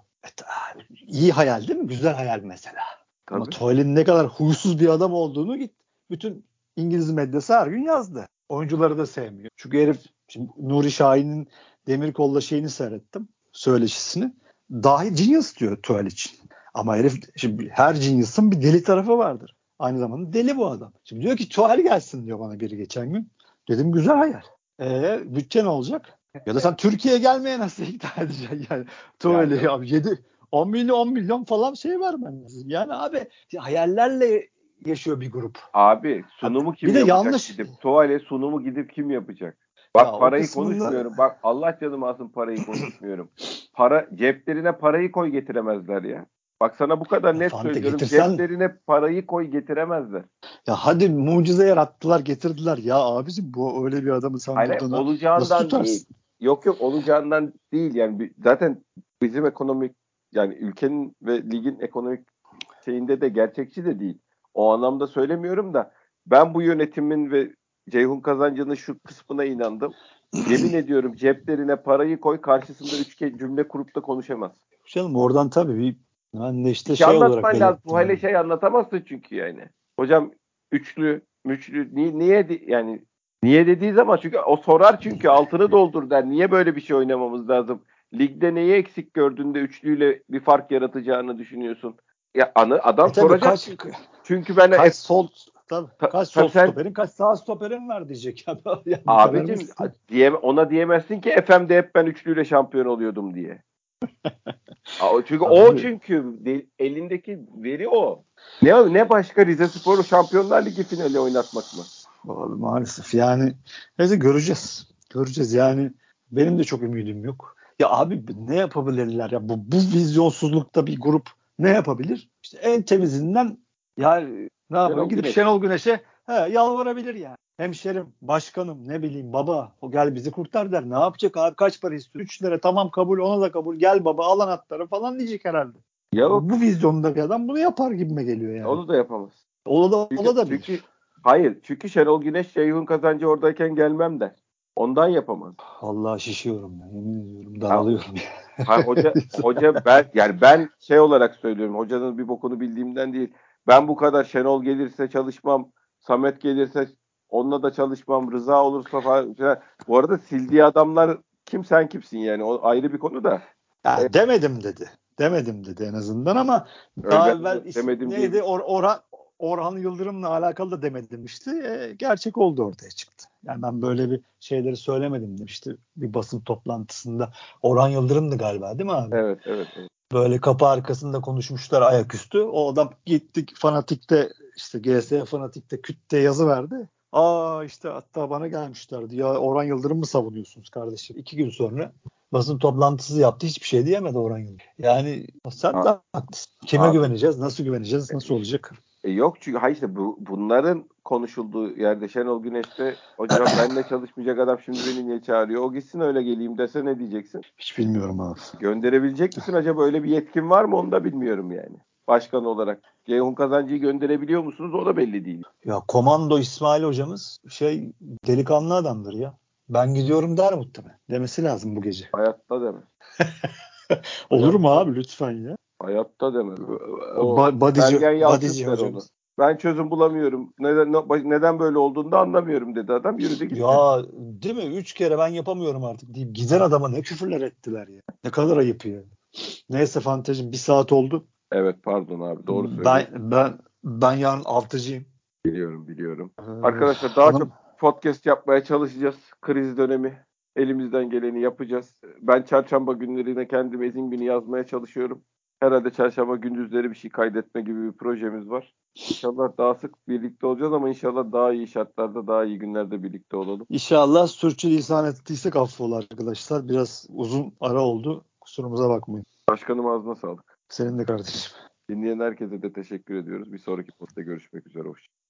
İyi hayal değil mi? Güzel hayal mesela. Ama Tabii. Tuhal'in ne kadar huysuz bir adam olduğunu git. Bütün İngiliz medyası her gün yazdı. Oyuncuları da sevmiyor. Çünkü herif şimdi Nuri Şahin'in Demirkol'la şeyini seyrettim. Söyleşisini. Dahi genius diyor Tuval için. Ama herif şimdi her genius'ın bir deli tarafı vardır. Aynı zamanda deli bu adam. Şimdi diyor ki Tuval gelsin diyor bana biri geçen gün. Dedim güzel hayal. Bütçe ne olacak? Ya da sen Türkiye'ye gelmeye nasıl ikna edeceksin yani? Ya Tuval'i yok. ya 10 milyon falan şey var bende. Yani abi hayallerle yaşıyor bir grup. Abi Ha, sunumu bir kim de yapacak yanlış gidip? Tuvale sunumu gidip kim yapacak? ya Bak o parayı kısmında konuşmuyorum. Bak Allah canımı alsın parayı konuşmuyorum. Ceplerine parayı koy getiremezler ya. Bak sana bu kadar net Fante söylüyorum. getirsen Ceplerine parayı koy getiremezler. ya hadi mucize yarattılar getirdiler. Ya abicim bu öyle bir adamı sen Hayır burada nasıl olacağından değil. tutarsın? Yok olacağından değil. Yani zaten bizim ekonomik yani ülkenin ve ligin ekonomik şeyinde de gerçekçi de değil. O anlamda söylemiyorum da ben bu yönetimin ve Ceyhun Kazancı'nın şu kısmına inandım. Yemin ediyorum ceplerine parayı koy, karşısında üç cümle kurup da konuşamaz. Canım oradan tabii ben de işte Bir şey şey olarak anlatman lazım. Bu belirttim. hele Yani. şey anlatamazsın çünkü yani. Hocam üçlü, müçlü yani niye dediği zaman çünkü o sorar çünkü altını doldur der. Niye böyle bir şey oynamamız lazım? Ligde neyi eksik gördüğünde üçlüyle bir fark yaratacağını düşünüyorsun? Ya adam Tabii soracak çünkü ben kaç sol kaç sol tabii sen stoperin kaç sağ stoperin var diyecek abi. Yani bu kadar abicim basit. ona diyemezsin ki FM'de hep ben üçlüyle şampiyon oluyordum diye. Çünkü Abi, elindeki veri o. Ne başka Rizespor Şampiyonlar Ligi finali oynatmak mı? abi maalesef yani neyse göreceğiz. Göreceğiz yani benim de çok ümidim yok. Ya abi ne yapabilirler ya bu vizyonsuzlukta bir grup ne yapabilir? İşte en temizinden yani ne yapabilir? Şenol Gidip Güneş. Şenol Güneş'e yalvarabilir yani. Hemşerim, başkanım, ne bileyim baba, o gel bizi kurtar der. Ne yapacak abi? Kaç para istiyor? 3 lira tamam kabul, ona da kabul. Gel baba al anahtarı falan diyecek herhalde. Yok, Bu vizyonda bir adam bunu yapar gibime geliyor yani. onu da yapamaz. Ola da Çünkü bilir. hayır. Çünkü Şenol Güneş Ceyhun Kazancı oradayken gelmem der. Ondan yapamaz. Vallahi şişiyorum ya. Yemin ediyorum Ha, daralıyorum hoca ben şey olarak söylüyorum. Hocanın bir bokunu bildiğimden değil. Ben bu kadar Şenol gelirse çalışmam. Samet gelirse onunla da çalışmam. Rıza olursa falan. Bu arada sildiği adamlar kim sen kimsin yani. O ayrı bir konu da. Ya demedim dedi en azından ama daha Ben evvel demedim diye bir neydi Orhan Yıldırım'la alakalı da demedim demişti. Gerçek oldu ortaya çıktı. Yani ben böyle bir şeyleri söylemedim demişti bir basın toplantısında. Orhan Yıldırım'dı galiba değil mi abi? evet, evet, evet. Böyle kapı arkasında konuşmuşlar ayaküstü. O adam gittik Fanatik'te işte GS Fanatik'te kütte yazı verdi. İşte hatta bana gelmişlerdi. Ya Orhan Yıldırım mı savunuyorsunuz kardeşim? 2 gün sonra basın toplantısı yaptı. Hiçbir şey diyemedi Orhan Yıldırım. Yani sen de A- haklısın. Kime Abi güveneceğiz? Nasıl güveneceğiz? Nasıl olacak? yok çünkü hayır işte bunların konuşulduğu yerde Şenol Güneş'te hocam benimle çalışmayacak adam şimdi beni niye çağırıyor? O gitsin öyle geleyim dese ne diyeceksin? Hiç bilmiyorum abi. Gönderebilecek misin acaba öyle bir yetkin var mı onu da bilmiyorum yani. Başkan olarak. Ceyhun Kazancı'yı gönderebiliyor musunuz? O da belli değil. Ya komando İsmail hocamız delikanlı adamdır ya. Ben gidiyorum der muhtemelen. Demesi lazım bu gece. Hayatta demez. Olur mu Hayatta, abi lütfen ya? hayatta demez. O Sergen Yalçın Badici der onu. hocamız. Ben çözüm bulamıyorum. Neden böyle olduğunu da anlamıyorum dedi adam. Yürüdü gitti. Ya değil mi? 3 kere ben yapamıyorum artık deyip giden adama ne küfürler ettiler ya. Ne kadar ayıp ya. Neyse Fantezim 1 saat oldu. Evet pardon abi doğru Ben söylüyorsun. ben ben yarın 6'cıyım. Biliyorum. Arkadaşlar daha Hanım çok podcast yapmaya çalışacağız. Kriz dönemi. Elimizden geleni yapacağız. Ben çarşamba günlerine kendim izin günü yazmaya çalışıyorum. Herhalde çarşamba gündüzleri bir şey kaydetme gibi bir projemiz var. İnşallah daha sık birlikte olacağız ama inşallah daha iyi şartlarda, daha iyi günlerde birlikte olalım. inşallah sürçülisan ettiysek affola arkadaşlar. Biraz uzun ara oldu. Kusurumuza bakmayın. Başkanım ağzına sağlık. Senin de kardeşim. Dinleyen herkese de teşekkür ediyoruz. Bir sonraki postta görüşmek üzere. Hoşçakalın.